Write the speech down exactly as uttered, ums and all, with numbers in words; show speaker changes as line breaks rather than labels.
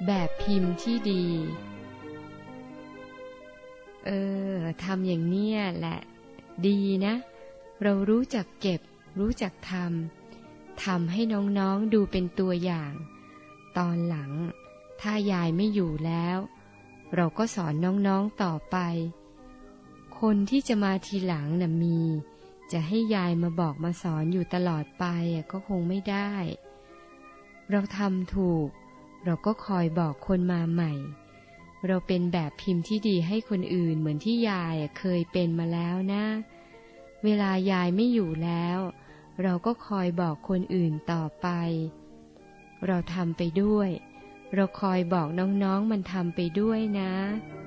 แบบพิมพ์ที่ดีเออทำอย่างเนี้ยแหละดีนะเรารู้จักเก็บรู้จักทำทำให้น้องๆดูเป็นตัวอย่างตอนหลังถ้ายายไม่อยู่แล้วเราก็สอนน้องๆต่อไปคนที่จะมาทีหลังน่ะมีจะให้ยายมาบอกมาสอนอยู่ตลอดไปก็คงไม่ได้เราทำถูกเราก็คอยบอกคนมาใหม่เราเป็นแบบพิมพ์ที่ดีให้คนอื่นเหมือนที่ยายเคยเป็นมาแล้วนะเวลายายไม่อยู่แล้วเราก็คอยบอกคนอื่นต่อไปเราทำไปด้วยเราคอยบอกน้องๆมันทำไปด้วยนะ